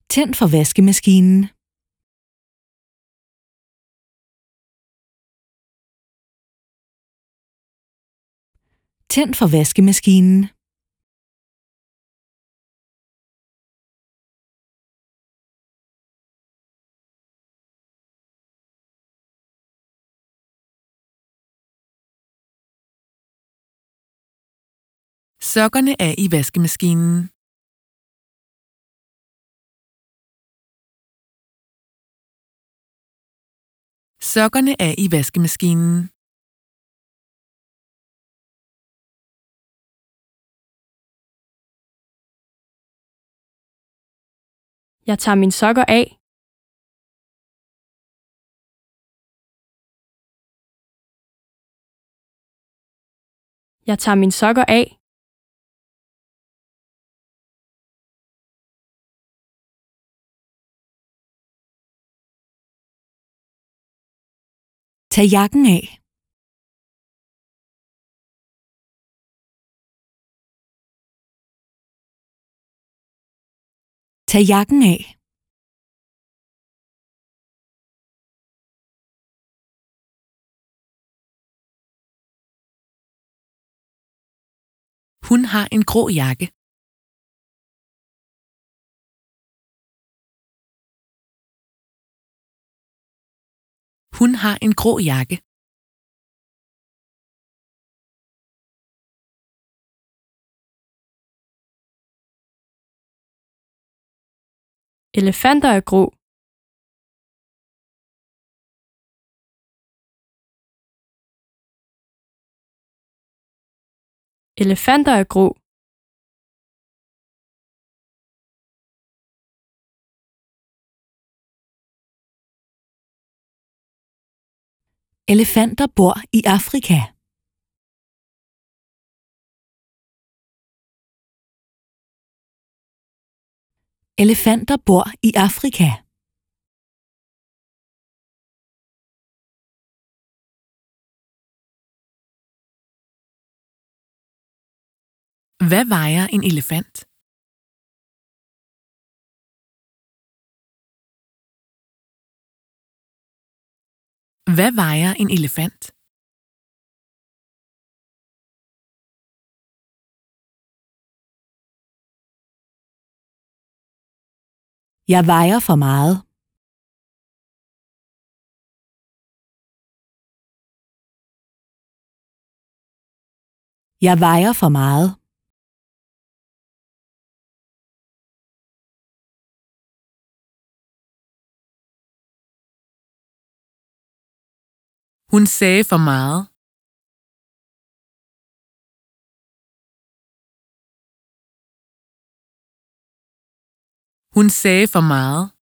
Tænd for vaskemaskinen. Tænd for vaskemaskinen. Sokkerne er i vaskemaskinen. Sokkerne er i vaskemaskinen. Jeg tager mine sokker af. Jeg tager mine sokker af. Tag jakken af. Tag jakken af. Hun har en grå jakke. Hun har en grå jakke. Elefanter er grå. Elefanter er grå. Elefanter bor i Afrika. Elefanter bor i Afrika. Hvad vejer en elefant? Hvad vejer en elefant? Jeg vejer for meget. Jeg vejer for meget. Hun sagde for meget. Hun sagde for meget.